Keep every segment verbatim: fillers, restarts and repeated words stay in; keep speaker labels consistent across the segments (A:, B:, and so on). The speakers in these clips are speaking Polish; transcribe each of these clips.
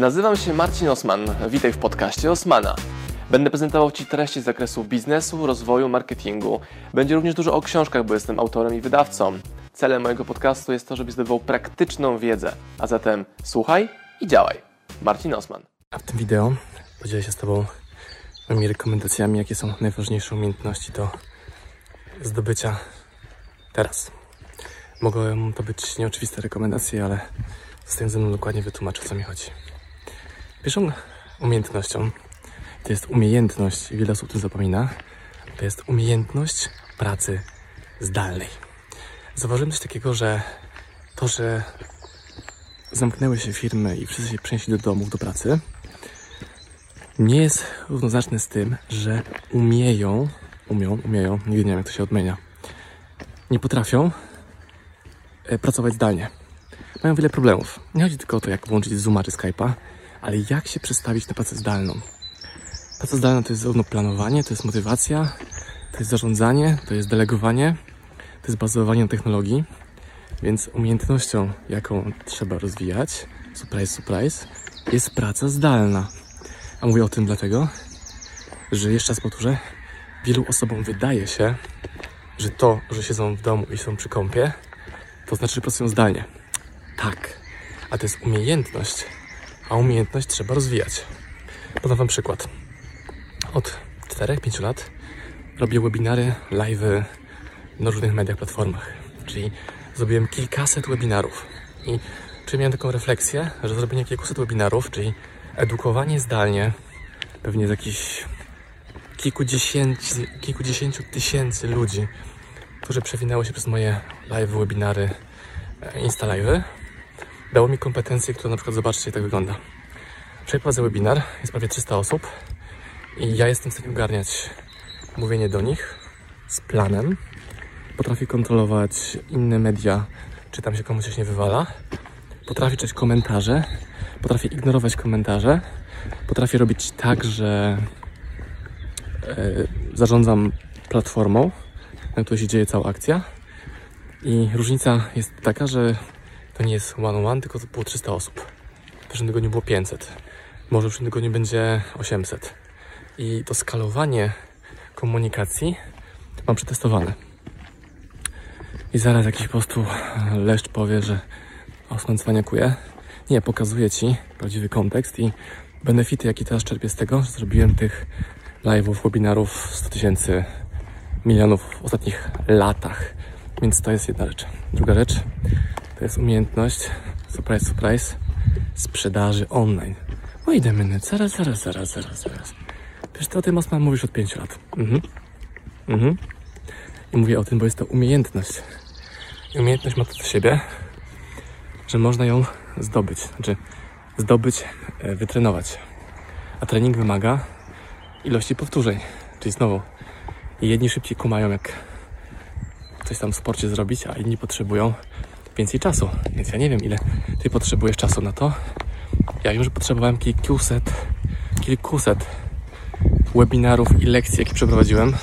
A: Nazywam się Marcin Osman. Witaj w podcaście Osmana. Będę prezentował Ci treści z zakresu biznesu, rozwoju, marketingu. Będzie również dużo o książkach, bo jestem autorem i wydawcą. Celem mojego podcastu jest to, żebyś zdobywał praktyczną wiedzę. A zatem słuchaj i działaj. Marcin Osman.
B: A w tym wideo podzielę się z Tobą moimi rekomendacjami, jakie są najważniejsze umiejętności do zdobycia teraz. Mogą to być nieoczywiste rekomendacje, ale zostań ze mną, dokładnie wytłumaczę, o co mi chodzi. Pierwszą umiejętnością, to jest umiejętność, i wiele osób o tym zapomina, to jest umiejętność pracy zdalnej. Zauważyłem coś takiego, że to, że zamknęły się firmy i wszyscy się przenieśli do domów, do pracy, nie jest równoznaczne z tym, że umieją, umią, umieją, nie wiem jak to się odmienia, nie potrafią pracować zdalnie. Mają wiele problemów. Nie chodzi tylko o to, jak włączyć Zooma czy Skype'a, ale jak się przestawić na pracę zdalną. Praca zdalna to jest zarówno planowanie, to jest motywacja, to jest zarządzanie, to jest delegowanie, to jest bazowanie na technologii, więc umiejętnością, jaką trzeba rozwijać, surprise, surprise, jest praca zdalna. A mówię o tym dlatego, że jeszcze raz powtórzę, wielu osobom wydaje się, że to, że siedzą w domu i są przy kompie, to znaczy, że pracują zdalnie. Tak, a to jest umiejętność, a umiejętność trzeba rozwijać. Podam Wam przykład. Od czterech do pięciu lat robię webinary, live'y na różnych mediach, platformach. Czyli zrobiłem kilkaset webinarów. I czy miałem taką refleksję, że zrobienie kilkuset webinarów, czyli edukowanie zdalnie, pewnie z jakichś kilkudziesięciu, kilkudziesięciu tysięcy ludzi, którzy przewinęło się przez moje live, webinary, Insta live'y, dało mi kompetencje, które na przykład, zobaczcie, jak tak wygląda. Przeprowadzę webinar, jest prawie trzysta osób i ja jestem w stanie ogarniać mówienie do nich z planem. Potrafię kontrolować inne media, czy tam się komuś coś nie wywala. Potrafię czytać komentarze, potrafię ignorować komentarze. Potrafię robić tak, że e, zarządzam platformą, na której się dzieje cała akcja. I różnica jest taka, że to nie jest one on one, tylko to było trzysta osób. W przyszłym tygodniu było pięćset. Może w przyszłym tygodniu będzie osiemset. I to skalowanie komunikacji mam przetestowane. I zaraz jakiś po prostu leszcz powie, że Osman cwaniakuje. Nie, pokazuję Ci prawdziwy kontekst i benefity, jakie teraz czerpię z tego, że zrobiłem tych live'ów, webinarów sto tysięcy, milionów w ostatnich latach. Więc to jest jedna rzecz. Druga rzecz to jest umiejętność, surprise, surprise, sprzedaży online. Wait a minute, zaraz, zaraz, zaraz, zaraz, zaraz. Przecież Ty o tym, Osman, mówisz od pięciu lat. Mhm. Mhm. I mówię o tym, bo jest to umiejętność. I umiejętność ma to do siebie, że można ją zdobyć. Znaczy zdobyć, wytrenować. A trening wymaga ilości powtórzeń. Czyli znowu, jedni szybciej kumają, jak coś tam w sporcie zrobić, a inni potrzebują więcej czasu. Więc ja nie wiem, ile Ty potrzebujesz czasu na to. Ja wiem, że potrzebowałem kilkuset, kilkuset webinarów i lekcji, jakie przeprowadziłem.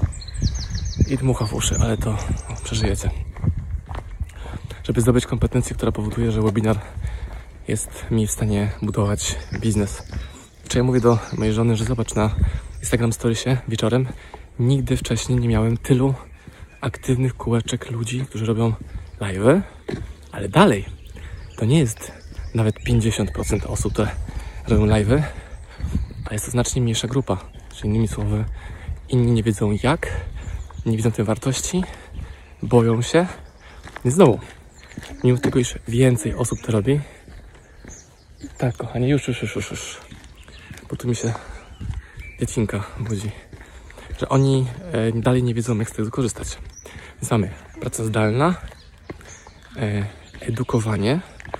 B: I dmucha w uszy, ale to o, przeżyjecie. Żeby zdobyć kompetencję, która powoduje, że webinar jest mi w stanie budować biznes. Czy ja mówię do mojej żony, że zobacz, na Instagram Storiesie wieczorem nigdy wcześniej nie miałem tylu aktywnych kółeczek ludzi, którzy robią live'y, ale dalej to nie jest nawet pięćdziesiąt procent osób, które robią live'y, a jest to znacznie mniejsza grupa. Czyli innymi słowy, inni nie wiedzą jak, nie widzą tej wartości, boją się. Więc znowu, mimo tego, iż więcej osób to robi, tak, kochanie, już, już, już, już, już. Bo tu mi się dziecinka budzi, że oni e, dalej nie wiedzą, jak z tego korzystać. Więc mamy praca zdalna, e, edukowanie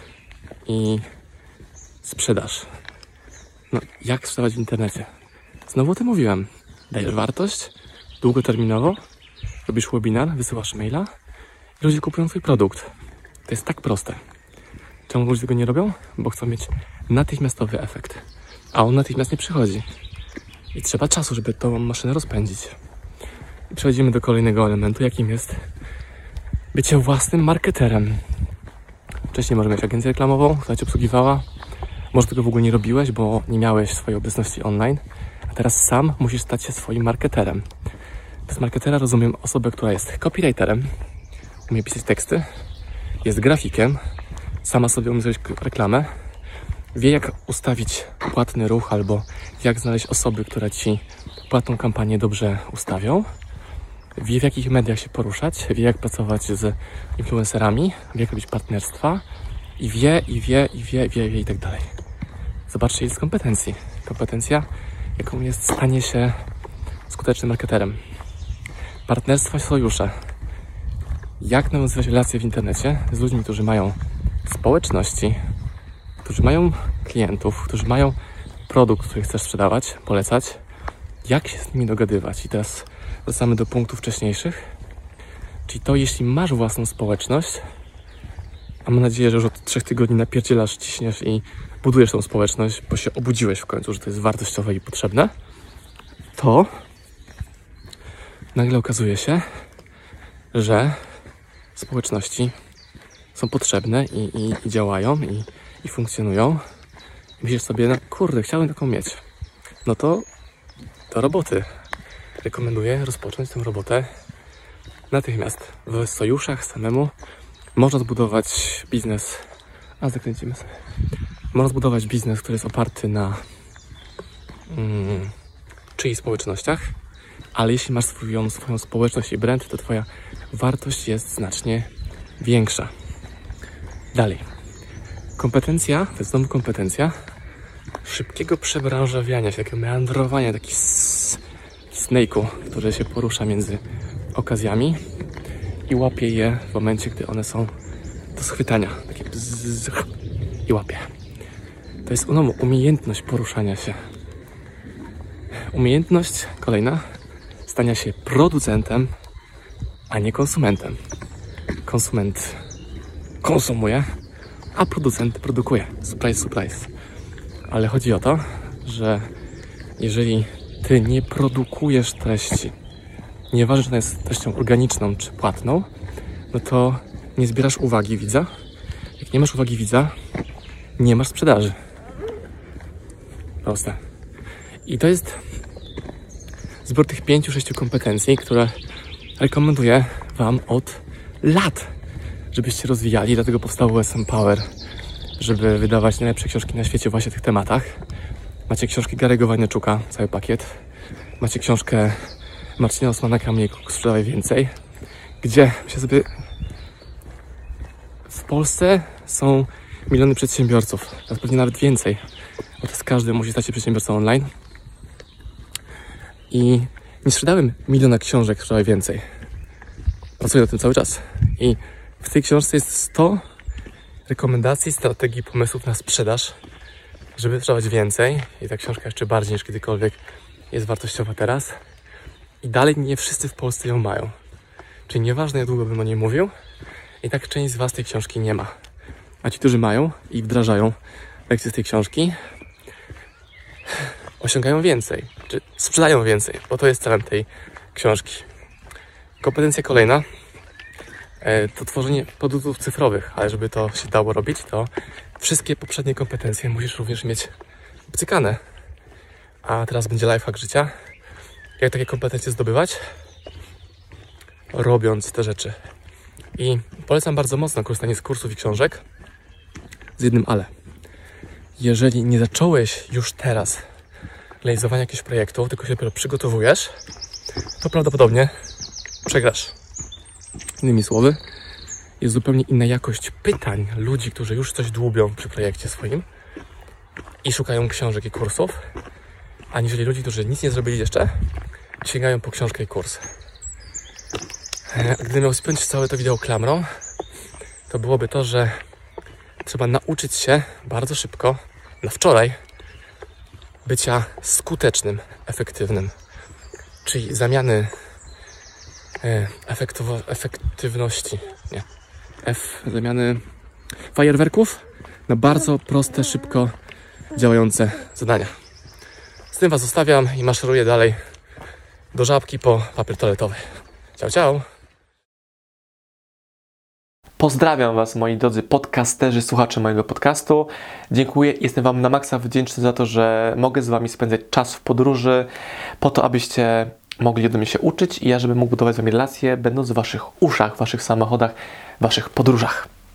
B: i sprzedaż. No, jak sprzedawać w internecie? Znowu o tym mówiłem. Dajesz wartość długoterminowo, robisz webinar, wysyłasz maila i ludzie kupują Twój produkt. To jest tak proste. Czemu ludzie tego nie robią? Bo chcą mieć natychmiastowy efekt. A on natychmiast nie przychodzi. I trzeba czasu, żeby tą maszynę rozpędzić. I przechodzimy do kolejnego elementu, jakim jest bycie własnym marketerem. Wcześniej może mieć agencję reklamową, która Cię obsługiwała, Może tego w ogóle nie robiłeś, bo nie miałeś swojej obecności online, a teraz sam musisz stać się swoim marketerem. Przez marketera rozumiem osobę, która jest copywriterem, umie pisać teksty, jest grafikiem, sama sobie umie zrobić reklamę, wie jak ustawić płatny ruch albo jak znaleźć osoby, które Ci płatną kampanię dobrze ustawią, wie w jakich mediach się poruszać, wie jak pracować z influencerami, wie jak robić partnerstwa i wie, i wie, i wie, wie, wie i tak dalej. Zobaczcie, jest kompetencji. Kompetencja, jaką jest stanie się skutecznym marketerem. Partnerstwa, sojusze. Jak nawiązywać relacje w internecie z ludźmi, którzy mają społeczności, którzy mają klientów, którzy mają produkt, który chcesz sprzedawać, polecać, jak się z nimi dogadywać. I teraz wracamy do punktów wcześniejszych. Czyli to, jeśli masz własną społeczność, a mam nadzieję, że już od trzech tygodni napierdzielasz, ciśniesz i budujesz tą społeczność, bo się obudziłeś w końcu, że to jest wartościowe i potrzebne, to nagle okazuje się, że społeczności są potrzebne i, i, i działają i, i funkcjonują. I myślisz sobie, no kurde, chciałem taką mieć. No to do roboty. Rekomenduję rozpocząć tę robotę natychmiast. W sojuszach samemu można zbudować biznes. A zakręcimy sobie. Można zbudować biznes, który jest oparty na mm, czyichś społecznościach, ale jeśli masz swoją, swoją społeczność i brand, to Twoja wartość jest znacznie większa. Dalej. Kompetencja, to jest znowu kompetencja szybkiego przebranżawiania się, takiego meandrowania, taki snake'u, który się porusza między okazjami i łapie je w momencie, gdy one są do schwytania. Takie bzzz, i łapie. To jest znowu umiejętność poruszania się. Umiejętność kolejna stania się producentem, a nie konsumentem. Konsument konsumuje, a producent produkuje. Surprise, surprise. Ale chodzi o to, że jeżeli Ty nie produkujesz treści, nieważne czy ona jest treścią organiczną czy płatną, no to nie zbierasz uwagi widza. Jak nie masz uwagi widza, nie masz sprzedaży. Proste. I to jest zbiór tych pięciu, sześciu kompetencji, które rekomenduję Wam od lat, żebyście rozwijali. Dlatego powstał U S M Power, żeby wydawać najlepsze książki na świecie właśnie w tych tematach. Macie książki Gary'ego Vaynerchuka, cały pakiet. Macie książkę Marcina Osmanaka, Mniej sprzedawaj więcej, gdzie myślę sobie, w Polsce są miliony przedsiębiorców, teraz pewnie nawet więcej, bo teraz każdy musi stać się przedsiębiorcą online. I nie sprzedałem miliona książek, sprzedawaj więcej. Pracuję nad tym cały czas. I w tej książce jest sto rekomendacji, strategii, pomysłów na sprzedaż, żeby sprzedawać więcej. I ta książka jeszcze bardziej niż kiedykolwiek jest wartościowa teraz. I dalej nie wszyscy w Polsce ją mają. Czyli nieważne jak długo bym o niej mówił, i tak część z Was tej książki nie ma. A ci, którzy mają i wdrażają lekcje z tej książki, osiągają więcej, czy sprzedają więcej, bo to jest celem tej książki. Kompetencja kolejna to tworzenie produktów cyfrowych, ale żeby to się dało robić, to wszystkie poprzednie kompetencje musisz również mieć obcykane. A teraz będzie lifehack życia. Jak takie kompetencje zdobywać? Robiąc te rzeczy. I polecam bardzo mocno korzystanie z kursów i książek z jednym ale. Jeżeli nie zacząłeś już teraz realizowania jakiegoś projektu, tylko się dopiero przygotowujesz, to prawdopodobnie przegrasz. Innymi słowy, jest zupełnie inna jakość pytań ludzi, którzy już coś dłubią przy projekcie swoim i szukają książek i kursów, aniżeli ludzi, którzy nic nie zrobili jeszcze, sięgają po książkę i kurs. Gdybym miał spiąć całe to wideo klamrą, to byłoby to, że trzeba nauczyć się bardzo szybko, na wczoraj, bycia skutecznym, efektywnym. Czyli zamiany e, efektywo, efektywności, nie, F, zamiany fajerwerków na bardzo proste, szybko działające zadania. Z tym Was zostawiam i maszeruję dalej do Żabki po papier toaletowy. Ciao, ciao!
A: Pozdrawiam Was, moi drodzy podcasterzy, słuchacze mojego podcastu. Dziękuję. Jestem Wam na maksa wdzięczny za to, że mogę z Wami spędzać czas w podróży, po to, abyście mogli ode mnie się uczyć i ja, żebym mógł budować z Wami relacje, będąc w Waszych uszach, w Waszych samochodach, w Waszych podróżach.